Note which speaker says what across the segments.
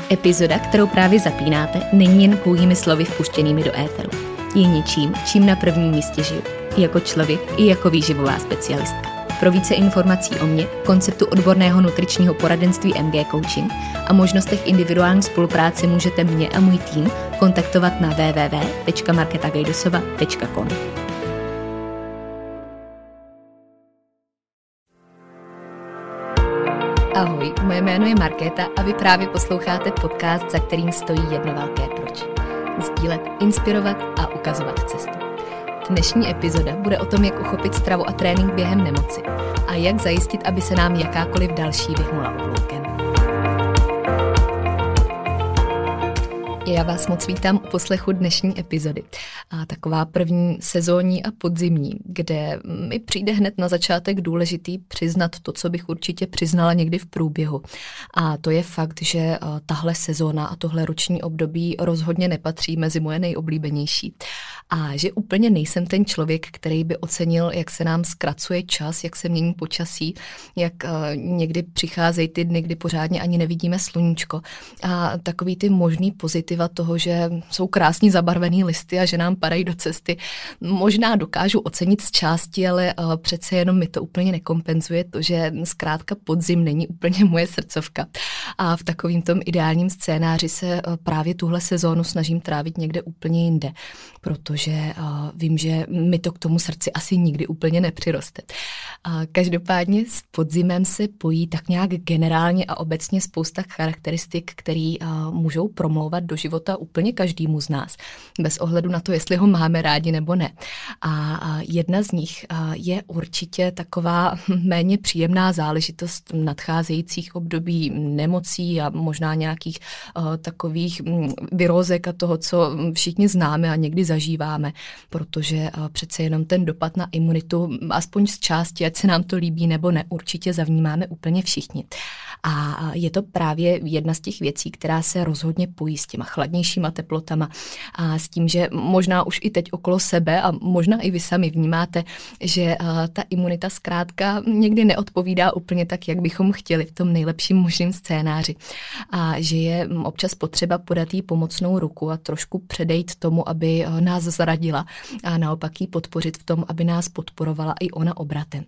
Speaker 1: Epizoda, kterou právě zapínáte, není jen pouhými slovy vpuštěnými do éteru. Je něčím, čím na prvním místě žiju. I jako člověk, i jako výživová specialistka. Pro více informací o mně, konceptu odborného nutričního poradenství MG Coaching a možnostech individuální spolupráce můžete mě a můj tým kontaktovat na www.marketagajdosova.com. Ahoj, moje jméno je Markéta a vy právě posloucháte podcast, za kterým stojí jedno velké proč. Sdílet, inspirovat a ukazovat cestu. Dnešní epizoda bude o tom, jak uchopit stravu a trénink během nemoci a jak zajistit, aby se nám jakákoliv další vyhnula obloukem. Já vás moc vítám u poslechu dnešní epizody. A taková první sezónní a podzimní, kde mi přijde hned na začátek důležitý přiznat to, co bych určitě přiznala někdy v průběhu. A to je fakt, že tahle sezóna a tohle roční období rozhodně nepatří mezi moje nejoblíbenější. A že úplně nejsem ten člověk, který by ocenil, jak se nám zkracuje čas, jak se mění počasí, jak někdy přicházejí ty dny, kdy pořádně ani nevidíme sluníčko. A takový ty možný pozitiva toho, že jsou krásně zabarvený listy a že nám padají do cesty, možná dokážu ocenit z části, ale přece jenom mi to úplně nekompenzuje to, že zkrátka podzim není úplně moje srdcovka. A v takovým tom ideálním scénáři se právě tuhle sezónu snažím trávit někde úplně jinde, protože vím, že mi to k tomu srdci asi nikdy úplně nepřiroste. Každopádně s podzimem se pojí tak nějak generálně a obecně spousta charakteristik, které můžou promlouvat do života úplně každému z nás, bez ohledu na to, jestli ho máme rádi nebo ne. A jedna z nich je určitě taková méně příjemná záležitost nadcházejících období nemocí a možná nějakých takových virózek a toho, co všichni známe a někdy zažíváme, protože přece jenom ten dopad na imunitu, aspoň z části, ať se nám to líbí nebo ne, určitě zavnímáme úplně všichni. A je to právě jedna z těch věcí, která se rozhodně pojí s těma chladnějšíma teplotama a s tím, že možná už i teď okolo sebe a možná i vy sami vnímáte, že ta imunita zkrátka někdy neodpovídá úplně tak, jak bychom chtěli v tom nejlepším možným scénáři. A že je občas potřeba podat jí pomocnou ruku a trošku předejít tomu, aby nás zradila a naopak jí podpořit v tom, aby nás podporovala i ona obratem.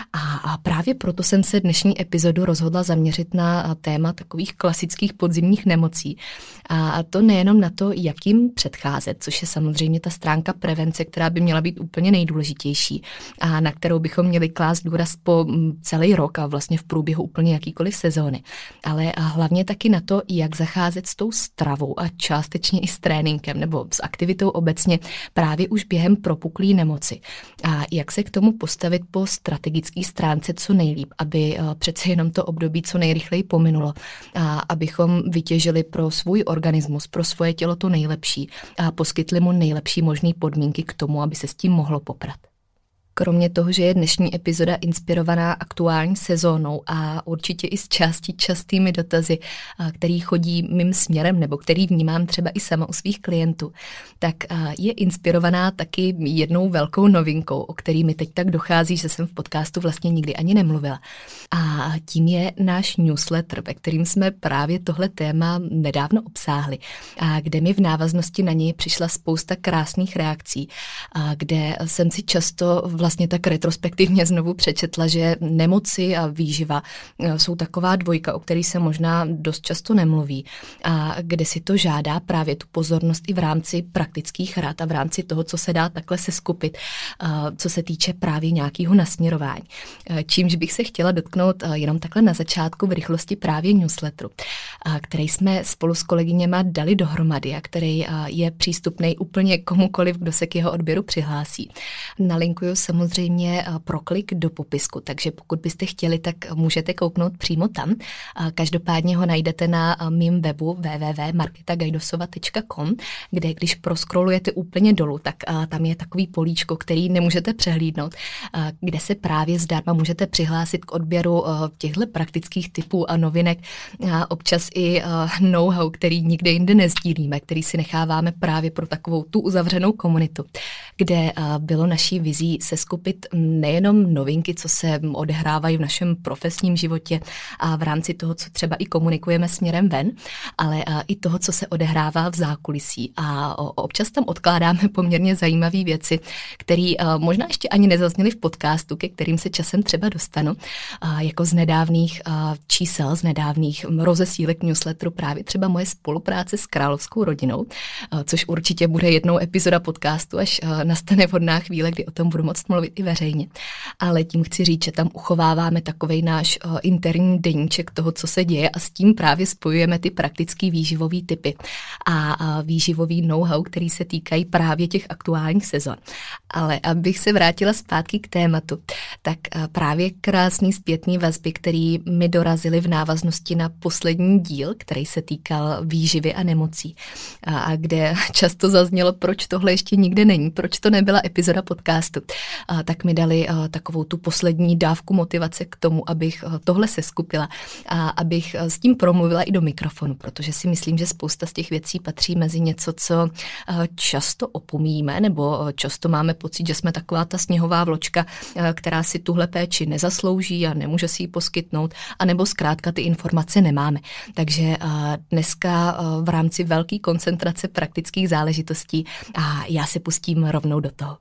Speaker 1: A právě proto jsem se dnešní epizodu rozhodla zaměřit na téma takových klasických podzimních nemocí. A to nejenom na to, jak jim předcházet, což je samozřejmě ta stránka prevence, která by měla být úplně nejdůležitější a na kterou bychom měli klást důraz po celý rok a vlastně v průběhu úplně jakýkoliv sezóny. Ale hlavně taky na to, jak zacházet s tou stravou a částečně i s tréninkem nebo s aktivitou obecně právě už během propuklé nemoci. A jak se k tomu postavit po strategické stránce co nejlíp, aby přece jenom to období co nejrychleji pominulo a abychom vytěžili pro svůj organismus, pro svoje tělo to nejlepší a poskytli mu nejlepší možné podmínky k tomu, aby se s tím mohlo poprat. Kromě toho, že je dnešní epizoda inspirovaná aktuální sezónou a určitě i z části častými dotazy, který chodí mým směrem nebo který vnímám třeba i sama u svých klientů, tak je inspirovaná taky jednou velkou novinkou, o který mi teď tak dochází, že jsem v podcastu vlastně nikdy ani nemluvila. A tím je náš newsletter, ve kterým jsme právě tohle téma nedávno obsáhli a kde mi v návaznosti na něj přišla spousta krásných reakcí, kde jsem si často vlastně tak retrospektivně znovu přečetla, že nemoci a výživa jsou taková dvojka, o který se možná dost často nemluví a kde si to žádá právě tu pozornost i v rámci praktických rad a v rámci toho, co se dá takhle seskupit, co se týče právě nějakého nasměrování. Čímž bych se chtěla dotknout jenom takhle na začátku v rychlosti právě newsletteru, který jsme spolu s kolegyněma dali dohromady a který je přístupný úplně komukoliv, kdo se k jeho odběru přihlásí. Nalinkuju samozřejmě pro klik do popisku, takže pokud byste chtěli, tak můžete kouknout přímo tam. Každopádně ho najdete na mým webu www.marketagajdosova.com, kde když proskrolujete úplně dolů, tak tam je takový políčko, který nemůžete přehlídnout, kde se právě zdarma můžete přihlásit k odběru těchto praktických typů a novinek a občas i know-how, který nikde jinde nezdílíme, který si necháváme právě pro takovou tu uzavřenou komunitu, kde bylo naší vizí se seskupit nejenom novinky, co se odehrávají v našem profesním životě a v rámci toho, co třeba i komunikujeme směrem ven, ale i toho, co se odehrává v zákulisí. A občas tam odkládáme poměrně zajímavé věci, které možná ještě ani nezazněly v podcastu, ke kterým se časem třeba dostanu, jako z nedávných čísel, z nedávných rozesílek newsletteru právě třeba moje spolupráce s královskou rodinou, což určitě bude jednou epizoda podcastu, až nastane vhodná chvíle, kdy o tom budu moct mluvit i veřejně. Ale tím chci říct, že tam uchováváme takovej náš interní deníček toho, co se děje a s tím právě spojujeme ty praktický výživový typy a výživový know-how, který se týkají právě těch aktuálních sezon. Ale abych se vrátila zpátky k tématu, tak právě krásný zpětný vazby, který mi dorazily v návaznosti na poslední díl, který se týkal výživy a nemocí. A kde často zaznělo, proč tohle ještě nikde není, proč to nebyla epizoda podcastu. Tak mi dali takovou tu poslední dávku motivace k tomu, abych tohle seskupila a abych s tím promluvila i do mikrofonu, protože si myslím, že spousta z těch věcí patří mezi něco, co často opomíjíme, nebo často máme pocit, že jsme taková ta sněhová vločka, která si tuhle péči nezaslouží a nemůže si ji poskytnout, anebo zkrátka ty informace nemáme. Takže dneska v rámci velké koncentrace praktických záležitostí a já se pustím rovnou do toho.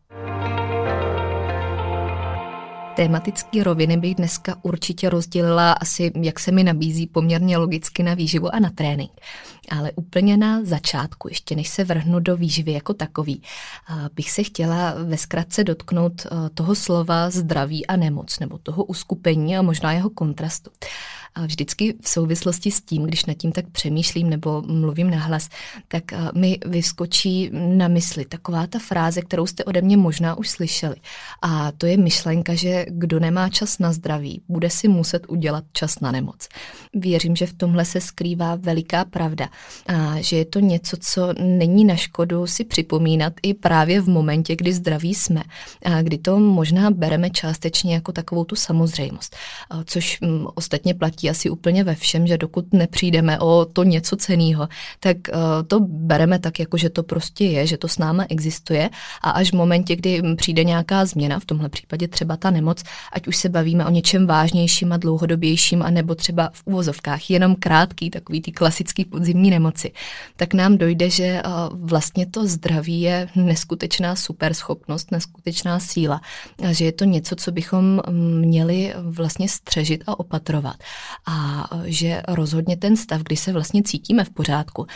Speaker 1: Tématické roviny bych dneska určitě rozdělila asi, jak se mi nabízí, poměrně logicky na výživu a na trénink. Ale úplně na začátku, ještě než se vrhnu do výživy jako takový, bych se chtěla ve zkratce dotknout toho slova zdraví a nemoc, nebo toho uskupení a možná jeho kontrastu. Vždycky v souvislosti s tím, když nad tím tak přemýšlím nebo mluvím nahlas, tak mi vyskočí na mysli taková ta fráze, kterou jste ode mě možná už slyšeli. A to je myšlenka, že kdo nemá čas na zdraví, bude si muset udělat čas na nemoc. Věřím, že v tomhle se skrývá veliká pravda a že je to něco, co není na škodu si připomínat i právě v momentě, kdy zdraví jsme a kdy to možná bereme částečně jako takovou tu samozřejmost, což ostatně platí asi úplně ve všem, že dokud nepřijdeme o to něco cenného, tak to bereme tak, jako že to prostě je, že to s námi existuje a až v momentě, kdy přijde nějaká změna, v tomhle případě třeba ta nemoc, ať už se bavíme o něčem vážnějším a dlouhodobějším, anebo třeba v uvozovkách jenom krátký, takový ty klasický podzimní nemoci, tak nám dojde, že vlastně to zdraví je neskutečná superschopnost, neskutečná síla a že je to něco, co bychom měli vlastně střežit a opatrovat. A že rozhodně ten stav, kdy se vlastně cítíme v pořádku,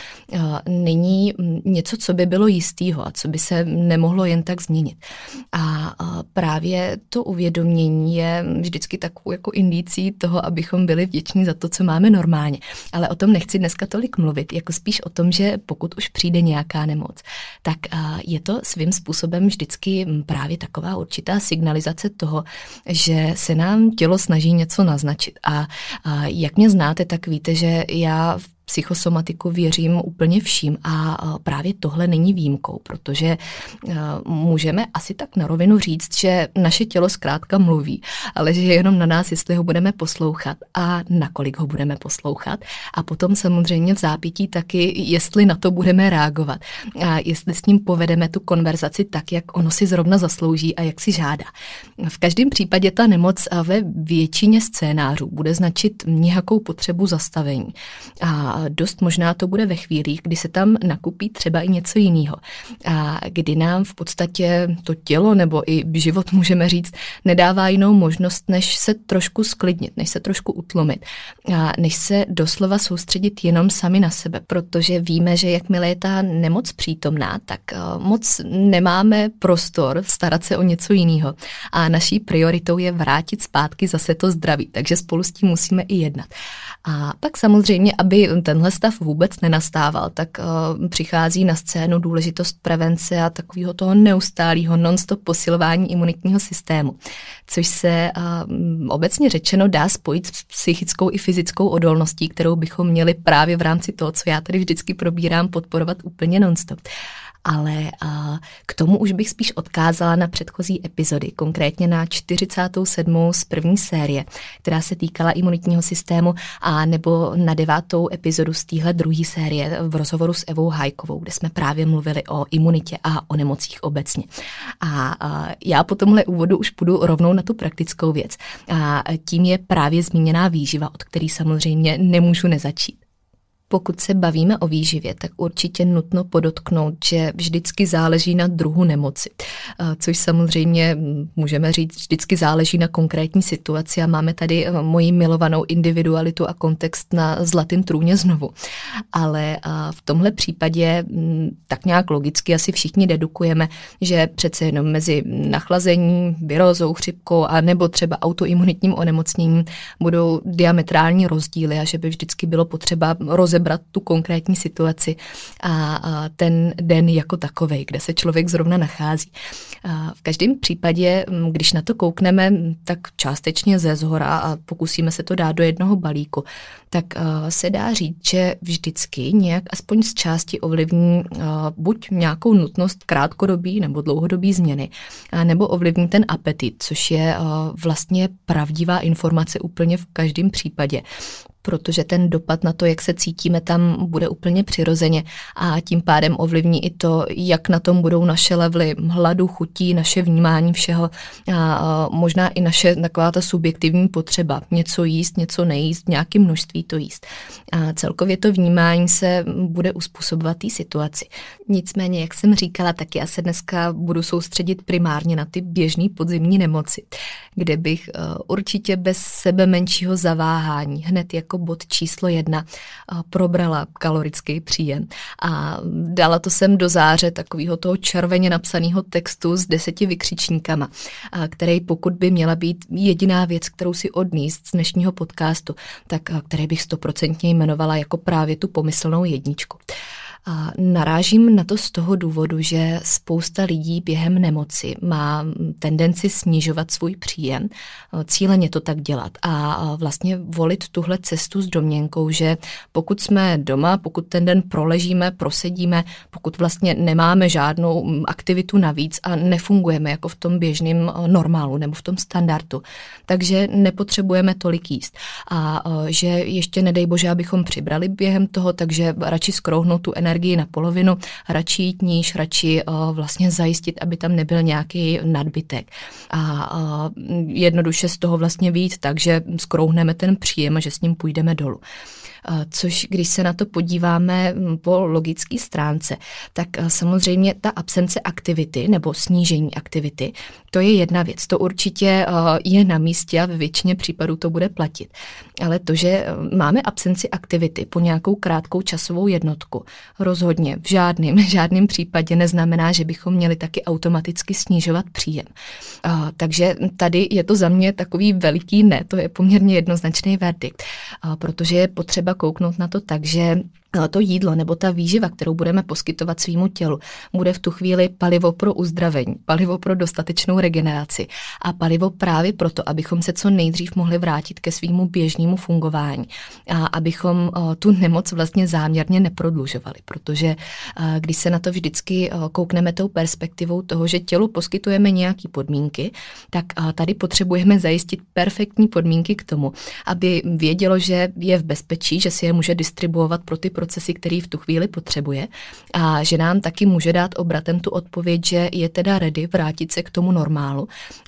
Speaker 1: není něco, co by bylo jistýho a co by se nemohlo jen tak změnit. A právě to uvědomění je vždycky takovou jako indicí toho, abychom byli vděční za to, co máme normálně. Ale o tom nechci dneska tolik mluvit, jako spíš o tom, že pokud už přijde nějaká nemoc, tak je to svým způsobem vždycky právě taková určitá signalizace toho, že se nám tělo snaží něco naznačit. A jak mě znáte, tak víte, že já v psychosomatiku věřím úplně vším a právě tohle není výjimkou, protože můžeme asi tak na rovinu říct, že naše tělo zkrátka mluví, ale že je jenom na nás, jestli ho budeme poslouchat a nakolik ho budeme poslouchat a potom samozřejmě v zápětí taky, jestli na to budeme reagovat a jestli s ním povedeme tu konverzaci tak, jak ono si zrovna zaslouží a jak si žádá. V každém případě ta nemoc ve většině scénářů bude značit nějakou potřebu zastavení a dost možná to bude ve chvílích, kdy se tam nakupí třeba i něco jiného. A kdy nám v podstatě to tělo nebo i život, můžeme říct, nedává jinou možnost, než se trošku sklidnit, než se trošku utlumit. A než se doslova soustředit jenom sami na sebe, protože víme, že jakmile je ta nemoc přítomná, tak moc nemáme prostor starat se o něco jiného. A naší prioritou je vrátit zpátky zase to zdraví, takže spolu s tím musíme i jednat. A pak samozřejmě, aby tenhle stav vůbec nenastával, tak přichází na scénu důležitost prevence a takového toho neustálého non-stop posilování imunitního systému, což se obecně řečeno dá spojit s psychickou i fyzickou odolností, kterou bychom měli právě v rámci toho, co já tady vždycky probírám, podporovat úplně non-stop. ale k tomu už bych spíš odkázala na předchozí epizody, konkrétně na 47. z první série, která se týkala imunitního systému, a nebo na 9. epizodu z téhle druhé série v rozhovoru s Evou Hajkovou, kde jsme právě mluvili o imunitě a o nemocích obecně. A já po tomhle úvodu už půjdu rovnou na tu praktickou věc. A tím je právě zmíněná výživa, od který samozřejmě nemůžu nezačít. Pokud se bavíme o výživě, tak určitě nutno podotknout, že vždycky záleží na druhu nemoci, což samozřejmě můžeme říct, vždycky záleží na konkrétní situaci a máme tady moji milovanou individualitu a kontext na zlatém trůně znovu. Ale v tomhle případě tak nějak logicky asi všichni dedukujeme, že přece jenom mezi nachlazením, virózou, chřipkou a nebo třeba autoimunitním onemocněním budou diametrální rozdíly a že by vždycky bylo potřeba rozebrat tu konkrétní situaci a ten den jako takovej, kde se člověk zrovna nachází. V každém případě, když na to koukneme, tak částečně ze zhora a pokusíme se to dát do jednoho balíku, tak se dá říct, že vždycky nějak aspoň z části ovlivní buď nějakou nutnost krátkodobí nebo dlouhodobý změny, nebo ovlivní ten apetit, což je vlastně pravdivá informace úplně v každém případě, protože ten dopad na to, jak se cítíme, tam bude úplně přirozeně a tím pádem ovlivní i to, jak na tom budou naše levely hladu, chutí, naše vnímání všeho a možná i naše taková ta subjektivní potřeba něco jíst, něco nejíst, nějaké množství to jíst. A celkově to vnímání se bude uspůsobovat té situaci. Nicméně, jak jsem říkala, tak já se dneska budu soustředit primárně na ty běžné podzimní nemoci, kde bych určitě bez sebe menšího zaváhání hned jako bod číslo 1 probrala kalorický příjem a dala to sem do záře takového toho červeně napsaného textu s 10 vykřičníkama, který pokud by měla být jediná věc, kterou si odníst z dnešního podcastu, tak který bych 100% jmenovala jako právě tu pomyslnou jedničku. A narážím na to z toho důvodu, že spousta lidí během nemoci má tendenci snižovat svůj příjem, cíleně to tak dělat a vlastně volit tuhle cestu s domněnkou, že pokud jsme doma, pokud ten den proležíme, prosedíme, pokud vlastně nemáme žádnou aktivitu navíc a nefungujeme jako v tom běžném normálu nebo v tom standardu, takže nepotřebujeme tolik jíst a že ještě nedej bože, abychom přibrali během toho, takže radši skrouhnout tu energii na polovinu, radši jít níž, radši vlastně zajistit, aby tam nebyl nějaký nadbytek. A jednoduše z toho vlastně vyjít tak, že skrouhneme ten příjem a že s ním půjdeme dolů. Což když se na to podíváme po logické stránce, tak samozřejmě ta absence aktivity nebo snížení aktivity, to je jedna věc. To určitě je na místě a ve většině případů to bude platit. Ale to, že máme absenci aktivity po nějakou krátkou časovou jednotku, rozhodně v žádném případě neznamená, že bychom měli taky automaticky snižovat příjem. Takže tady je to za mě takový veliký ne, to je poměrně jednoznačný verdikt, protože je potřeba kouknout na to tak, že to jídlo nebo ta výživa, kterou budeme poskytovat svýmu tělu, bude v tu chvíli palivo pro uzdravení, palivo pro dostatečnou regeneraci a palivo právě proto, abychom se co nejdřív mohli vrátit ke svýmu běžnému fungování a abychom tu nemoc vlastně záměrně neprodlužovali, protože když se na to vždycky koukneme tou perspektivou toho, že tělu poskytujeme nějaké podmínky, tak tady potřebujeme zajistit perfektní podmínky k tomu, aby vědělo, že je v bezpečí, že si je může distribuovat pro ty procesy, který v tu chvíli potřebuje a že nám taky může dát obratem tu odpověď, že je teda ready vrátit se k tomu normálu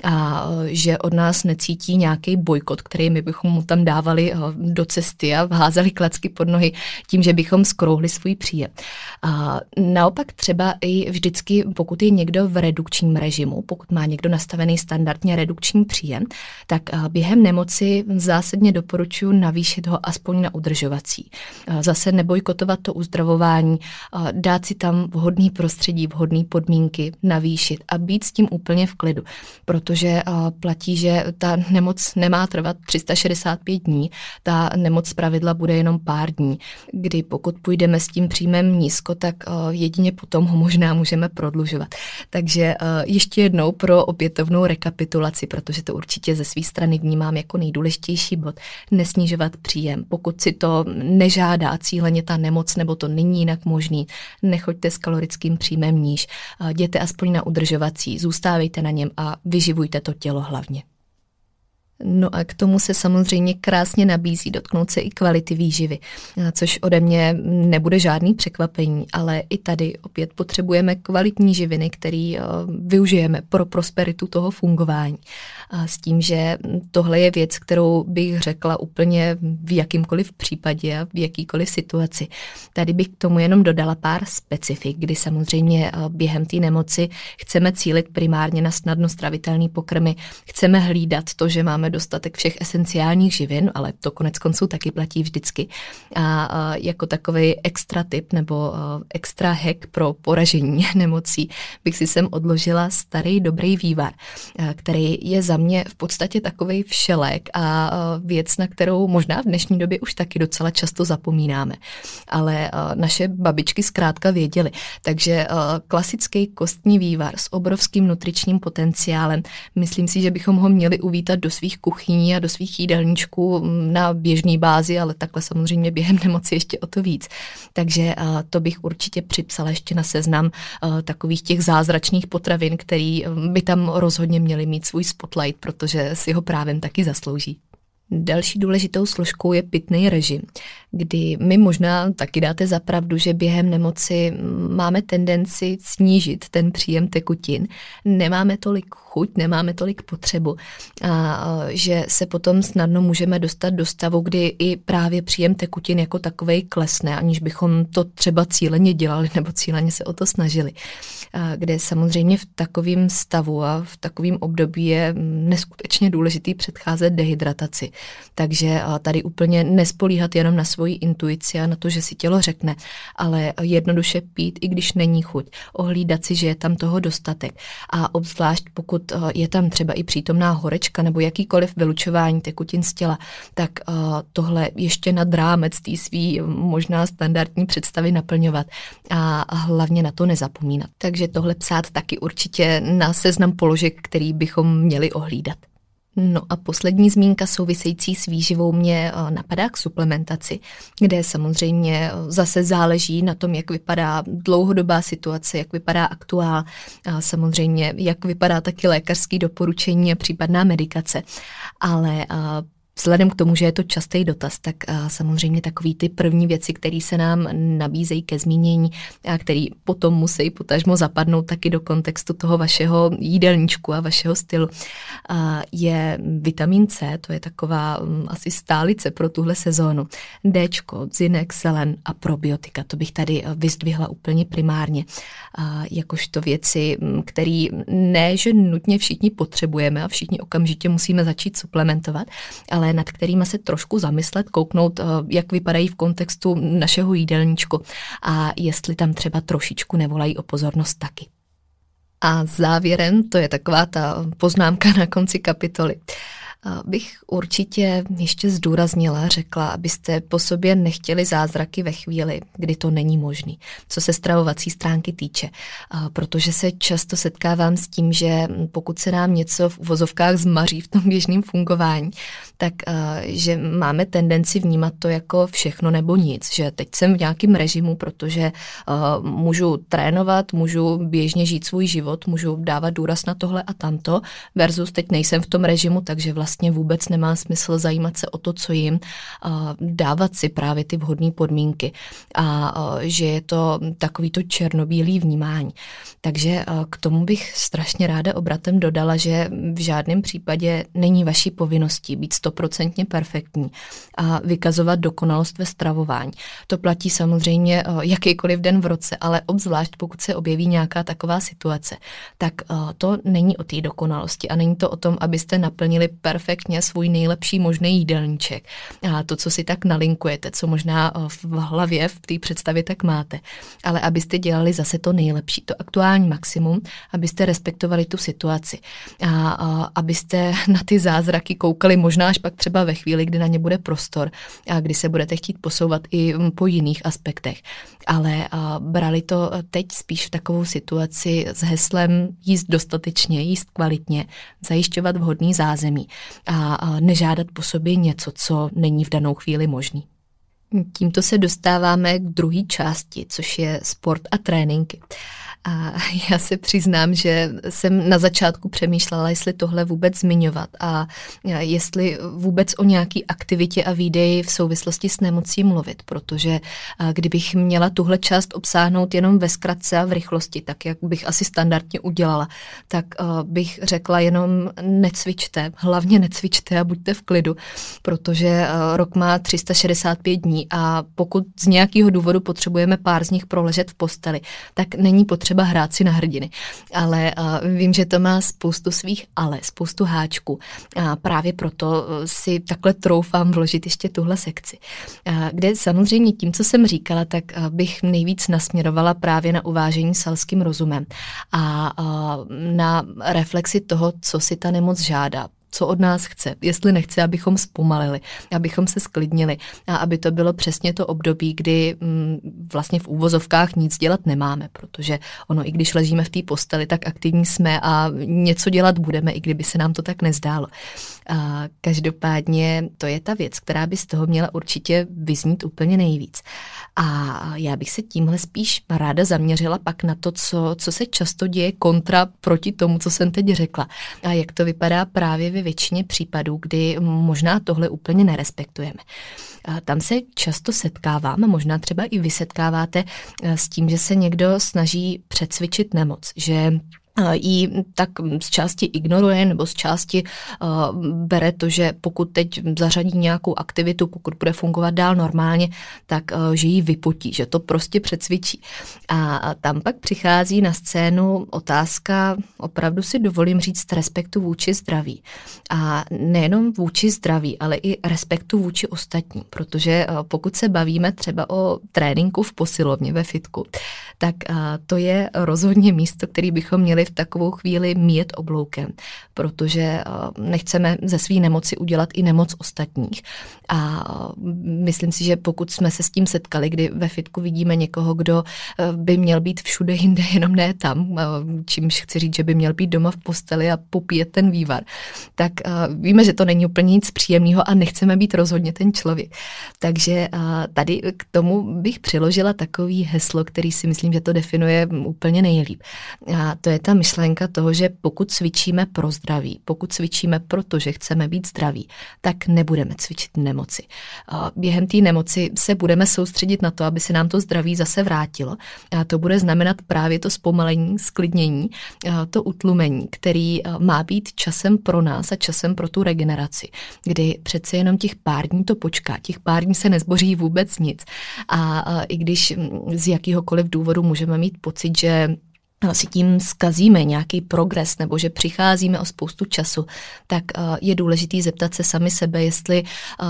Speaker 1: a že od nás necítí nějaký bojkot, který my bychom mu tam dávali do cesty a házeli klacky pod nohy tím, že bychom skrouhli svůj příjem. A naopak třeba i vždycky, pokud je někdo v redukčním režimu, pokud má někdo nastavený standardně redukční příjem, tak během nemoci zásadně doporučuji navýšit ho aspoň na udržovací. Zase nebojkotovat to uzdravování, dát si tam vhodný prostředí, vhodné podmínky, navýšit a být s tím úplně v klidu, protože platí, že ta nemoc nemá trvat 365 dní, ta nemoc zpravidla bude jenom pár dní, kdy pokud půjdeme s tím příjmem nízko, tak jedině potom ho možná můžeme prodlužovat. Takže ještě jednou pro opětovnou rekapitulaci, protože to určitě ze své strany vnímám jako nejdůležitější bod, nesnižovat příjem. Pokud si to nežádá cíleně ta ta nemoc nebo to není jinak možný. Nechoďte s kalorickým příjmem níž, jděte aspoň na udržovací, zůstávejte na něm a vyživujte to tělo hlavně. No a k tomu se samozřejmě krásně nabízí dotknout se i kvality výživy, což ode mě nebude žádný překvapení, ale i tady opět potřebujeme kvalitní živiny, které využijeme pro prosperitu toho fungování. A s tím, že tohle je věc, kterou bych řekla úplně v jakýmkoliv případě a v jakýkoliv situaci. Tady bych k tomu jenom dodala pár specifik, kdy samozřejmě během té nemoci chceme cílit primárně na snadno stravitelné pokrmy, chceme hlídat to, že máme dostatek všech esenciálních živin, ale to konec konců taky platí vždycky. A jako takový extra tip nebo extra hack pro poražení nemocí bych si sem odložila starý dobrý vývar, který je za mě v podstatě takovej všelék a věc, na kterou možná v dnešní době už taky docela často zapomínáme. Ale naše babičky zkrátka věděly. Takže klasický kostní vývar s obrovským nutričním potenciálem, myslím si, že bychom ho měli uvítat do svých kuchyní a do svých jídelníčků na běžné bázi, ale takhle samozřejmě během nemoci ještě o to víc. Takže to bych určitě připsala ještě na seznam takových těch zázračných potravin, který by tam rozhodně měly mít svůj spotlight, protože si ho právem taky zaslouží. Další důležitou složkou je pitný režim, kdy my možná taky dáte za pravdu, že během nemoci máme tendenci snížit ten příjem tekutin, nemáme tolik chuť, nemáme tolik potřebu a že se potom snadno můžeme dostat do stavu, kdy i právě příjem tekutin jako takovej klesne, aniž bychom to třeba cíleně dělali nebo cíleně se o to snažili. Kde samozřejmě v takovém stavu a v takovém období je neskutečně důležitý předcházet dehydrataci. Takže tady úplně nespolíhat jenom na svoji intuici a na to, že si tělo řekne, ale jednoduše pít, i když není chuť. Ohlídat si, že je tam toho dostatek. A obzvlášť pokud je tam třeba i přítomná horečka nebo jakýkoliv vylučování tekutin z těla, tak tohle ještě nad rámec té svý možná standardní představy naplňovat a hlavně na to nezapomínat. Takže tohle psát taky určitě na seznam položek, který bychom měli ohlídat. No a poslední zmínka související s výživou mě napadá k suplementaci, kde samozřejmě zase záleží na tom, jak vypadá dlouhodobá situace, jak vypadá aktuál, a samozřejmě jak vypadá taky lékařský doporučení a případná medikace. Ale vzhledem k tomu, že je to častý dotaz, tak samozřejmě takový ty první věci, které se nám nabízejí ke zmínění a které potom musí potažmo zapadnout taky do kontextu toho vašeho jídelníčku a vašeho stylu, je vitamin C, to je taková asi stálice pro tuhle sezónu, Dčko, zinek, selen a probiotika, to bych tady vyzdvihla úplně primárně, jakožto věci, které ne, že nutně všichni potřebujeme a všichni okamžitě musíme začít suplementovat, ale nad kterýma se trošku zamyslet, kouknout, jak vypadají v kontextu našeho jídelníčku a jestli tam třeba trošičku nevolají o pozornost taky. A závěrem, to je taková ta poznámka na konci kapitoly, bych určitě ještě zdůraznila, řekla, abyste po sobě nechtěli zázraky ve chvíli, kdy to není možný, co se stravovací stránky týče, protože se často setkávám s tím, že pokud se nám něco v uvozovkách zmaří v tom běžném fungování, tak že máme tendenci vnímat to jako všechno nebo nic, že teď jsem v nějakém režimu, protože můžu trénovat, můžu běžně žít svůj život, můžu dávat důraz na tohle a tamto, versus teď nejsem v tom režimu, takže vlastně vůbec nemá smysl zajímat se o to, co jim, dávat si právě ty vhodné podmínky a že je to takový to černobílý vnímání. Takže k tomu bych strašně ráda obratem dodala, že v žádném případě není vaší povinností být 100% perfektní a vykazovat dokonalost ve stravování. To platí samozřejmě jakýkoliv den v roce, ale obzvlášť pokud se objeví nějaká taková situace, tak to není o té dokonalosti a není to o tom, abyste naplnili perfektně svůj nejlepší možný jídelníček. A to, co si tak nalinkujete, co možná v hlavě v té představě tak máte, ale abyste dělali zase to nejlepší, to aktuální maximum, abyste respektovali tu situaci a abyste na ty zázraky koukali možná až pak třeba ve chvíli, kdy na ně bude prostor a kdy se budete chtít posouvat i po jiných aspektech. Ale brali to teď spíš v takovou situaci s heslem jíst dostatečně, jíst kvalitně, zajišťovat vhodný zázemí a nežádat po sobě něco, co není v danou chvíli možný. Tímto se dostáváme k druhé části, což je sport a tréninky. A já se přiznám, že jsem na začátku přemýšlela, jestli tohle vůbec zmiňovat a jestli vůbec o nějaký aktivitě a výdeji v souvislosti s nemocí mluvit, protože kdybych měla tuhle část obsáhnout jenom ve zkratce a v rychlosti, tak jak bych asi standardně udělala, tak bych řekla jenom necvičte, hlavně necvičte a buďte v klidu, protože rok má 365 dní a pokud z nějakého důvodu potřebujeme pár z nich proležet v posteli, tak není potřeba hrát si na hrdiny. Ale vím, že to má spoustu svých spoustu háčků. A právě proto si takhle troufám vložit ještě tuhle sekci. Kde samozřejmě tím, co jsem říkala, tak bych nejvíc nasměrovala právě na uvážení selským rozumem a na reflexi toho, co si ta nemoc žádá, co od nás chce, jestli nechce, abychom zpomalili, abychom se sklidnili a aby to bylo přesně to období, kdy vlastně v úvozovkách nic dělat nemáme, protože ono, i když ležíme v té posteli, tak aktivní jsme a něco dělat budeme, i kdyby se nám to tak nezdálo. Každopádně to je ta věc, která by z toho měla určitě vyznít úplně nejvíc. A já bych se tímhle spíš ráda zaměřila pak na to, co se často děje kontra proti tomu, co jsem teď řekla. A jak to vypadá právě ve většině případů, kdy možná tohle úplně nerespektujeme. Tam se často setkávám a možná třeba i vy setkáváte s tím, že se někdo snaží přecvičit nemoc, že ji tak z části ignoruje nebo z části bere to, že pokud teď zařadí nějakou aktivitu, pokud bude fungovat dál normálně, tak že ji vypotí, že to prostě přecvičí. A tam pak přichází na scénu otázka, opravdu si dovolím říct, respektu vůči zdraví. A nejenom vůči zdraví, ale i respektu vůči ostatním, protože pokud se bavíme třeba o tréninku v posilovně ve fitku, tak to je rozhodně místo, který bychom měli v takovou chvíli míjet obloukem, protože nechceme ze své nemoci udělat i nemoc ostatních. A myslím si, že pokud jsme se s tím setkali, kdy ve fitku vidíme někoho, kdo by měl být všude jinde, jenom ne tam, čímž chci říct, že by měl být doma v posteli a popíjet ten vývar, tak víme, že to není úplně nic příjemného a nechceme být rozhodně ten člověk. Takže tady k tomu bych přiložila takový heslo, který si myslím, že to definuje úplně nejlíp. A to je ta myšlenka toho, že pokud cvičíme pro zdraví, pokud cvičíme proto, že chceme být zdraví, tak nebudeme cvičit nemoci. Během té nemoci se budeme soustředit na to, aby se nám to zdraví zase vrátilo. A to bude znamenat právě to zpomalení, sklidnění, to utlumení, který má být časem pro nás a časem pro tu regeneraci, kdy přece jenom těch pár dní to počká, těch pár dní se nezboří vůbec nic. A i když z jakýhokoliv důvodu můžeme mít pocit, že si tím zkazíme nějaký progres nebo že přicházíme o spoustu času, tak je důležitý zeptat se sami sebe, jestli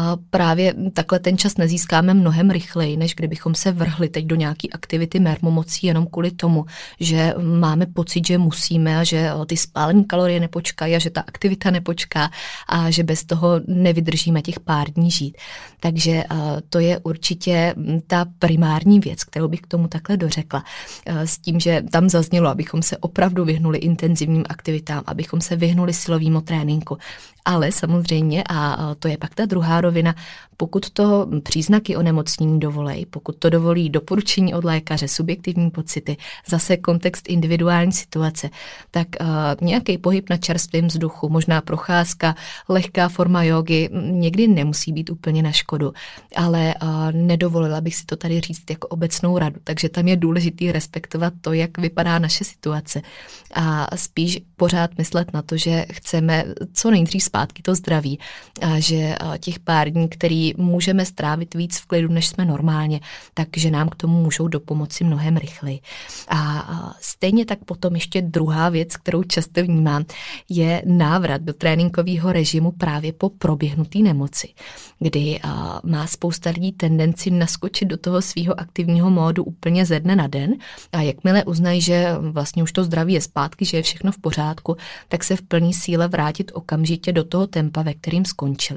Speaker 1: právě takhle ten čas nezískáme mnohem rychleji, než kdybychom se vrhli teď do nějaký aktivity mermomocí jenom kvůli tomu, že máme pocit, že musíme a že ty spálení kalorie nepočkají a že ta aktivita nepočká a že bez toho nevydržíme těch pár dní žít. Takže to je určitě ta primární věc, kterou bych k tomu takhle dořekla. S tím, že tam zaznělo, abychom se opravdu vyhnuli intenzivním aktivitám, abychom se vyhnuli silovému tréninku. Ale samozřejmě, a to je pak ta druhá rovina, pokud to příznaky onemocnění dovolí, pokud to dovolí doporučení od lékaře, subjektivní pocity, zase kontext individuální situace, tak nějaký pohyb na čerstvém vzduchu, možná procházka, lehká forma jógy někdy nemusí být úplně na škodu, ale nedovolila bych si to tady říct jako obecnou radu, takže tam je důležitý respektovat to, jak vypadá naše situace a spíš pořád myslet na to, že chceme co nejdřív zpátky to zdraví a že těch pár dní, který můžeme strávit víc v klidu, než jsme normálně, takže nám k tomu můžou dopomoci mnohem rychleji. A stejně tak potom ještě druhá věc, kterou často vnímám, je návrat do tréninkového režimu právě po proběhnuté nemoci, kdy má spousta lidí tendenci naskočit do toho svého aktivního módu úplně ze dne na den a jakmile uznají, že vlastně už to zdraví je zpátky, že je všechno v pořádku, tak se v plné síle vrátit okamžitě do toho tempa, ve kterým skončili.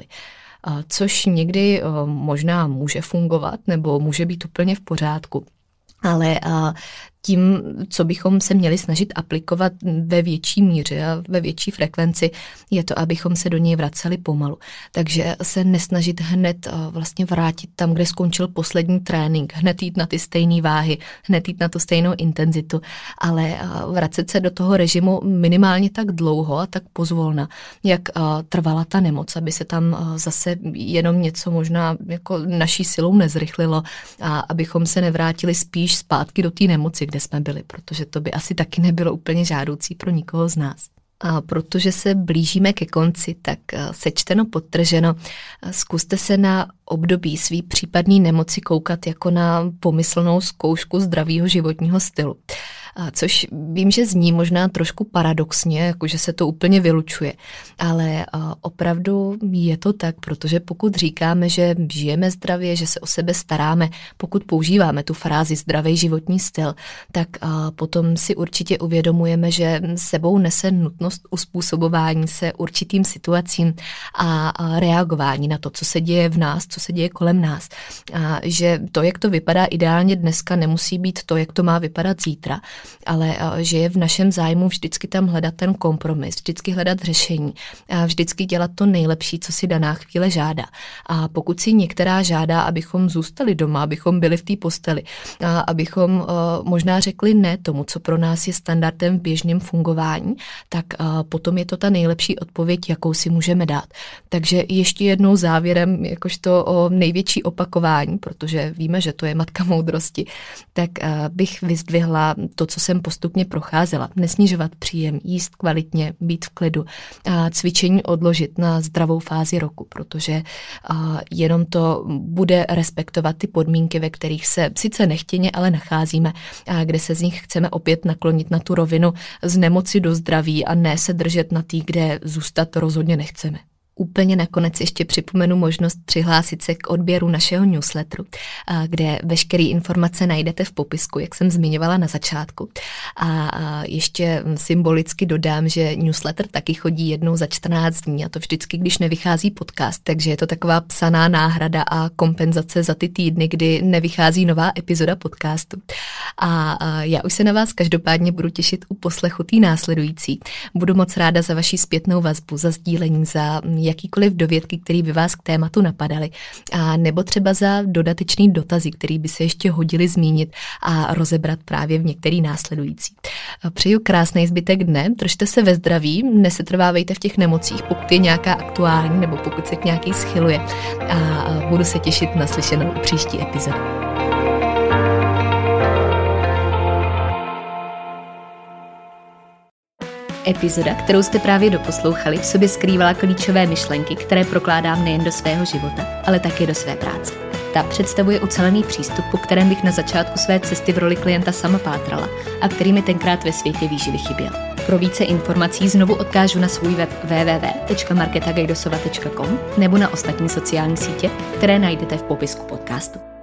Speaker 1: Což někdy možná může fungovat nebo může být úplně v pořádku. Ale tím, co bychom se měli snažit aplikovat ve větší míře a ve větší frekvenci, je to, abychom se do něj vraceli pomalu. Takže se nesnažit hned vlastně vrátit tam, kde skončil poslední trénink, hned jít na ty stejné váhy, hned jít na tu stejnou intenzitu, ale vracet se do toho režimu minimálně tak dlouho a tak pozvolna, jak trvala ta nemoc, aby se tam zase jenom něco možná jako naší silou nezrychlilo a abychom se nevrátili spíš zpátky do té nemoci, kde jsme byli, protože to by asi taky nebylo úplně žádoucí pro nikoho z nás. A protože se blížíme ke konci, tak sečteno podtrženo, zkuste se na období svý případné nemoci koukat jako na pomyslnou zkoušku zdravého životního stylu. Což vím, že zní možná trošku paradoxně, jakože se to úplně vylučuje, ale opravdu je to tak, protože pokud říkáme, že žijeme zdravě, že se o sebe staráme, pokud používáme tu frázi zdravý životní styl, tak potom si určitě uvědomujeme, že sebou nese nutnost uspůsobování se určitým situacím a reagování na to, co se děje v nás, co se děje kolem nás. A že to, jak to vypadá ideálně dneska, nemusí být to, jak to má vypadat zítra, ale že je v našem zájmu vždycky tam hledat ten kompromis, vždycky hledat řešení a vždycky dělat to nejlepší, co si daná chvíle žádá. A pokud si některá žádá, abychom zůstali doma, abychom byli v té posteli, a abychom možná řekli ne tomu, co pro nás je standardem v běžném fungování, tak potom je to ta nejlepší odpověď, jakou si můžeme dát. Takže ještě jednou závěrem, jakožto o největší opakování, protože víme, že to je matka moudrosti, tak bych vyzdvihla to, co jsem postupně procházela. Nesnižovat příjem, jíst kvalitně, být v klidu a cvičení odložit na zdravou fázi roku, protože jenom to bude respektovat ty podmínky, ve kterých se sice nechtěně, ale nacházíme, a kde se z nich chceme opět naklonit na tu rovinu z nemoci do zdraví a ne se držet na tý, kde zůstat rozhodně nechceme. Úplně nakonec ještě připomenu možnost přihlásit se k odběru našeho newsletteru, kde veškeré informace najdete v popisku, jak jsem zmiňovala na začátku. A ještě symbolicky dodám, že newsletter taky chodí jednou za 14 dní, a to vždycky, když nevychází podcast, takže je to taková psaná náhrada a kompenzace za ty týdny, kdy nevychází nová epizoda podcastu. A já už se na vás každopádně budu těšit u poslechu té následující. Budu moc ráda za vaši zpětnou vazbu, za sdílení, za jakýkoliv dovědky, které by vás k tématu napadaly, a nebo třeba za dodatečný dotazy, které by se ještě hodily zmínit a rozebrat právě v některý následující. Přeju krásný zbytek dne, držte se ve zdraví, nesetrvávejte v těch nemocích, pokud je nějaká aktuální nebo pokud se k nějaký schyluje, a budu se těšit na slyšenou u příští epizody. Epizoda, kterou jste právě doposlouchali, v sobě skrývala klíčové myšlenky, které prokládám nejen do svého života, ale také do své práce. Ta představuje ucelený přístup, po kterém bych na začátku své cesty v roli klienta sama pátrala a který mi tenkrát ve světě výživy chyběl. Pro více informací znovu odkážu na svůj web www.marketagajdosova.com nebo na ostatní sociální sítě, které najdete v popisku podcastu.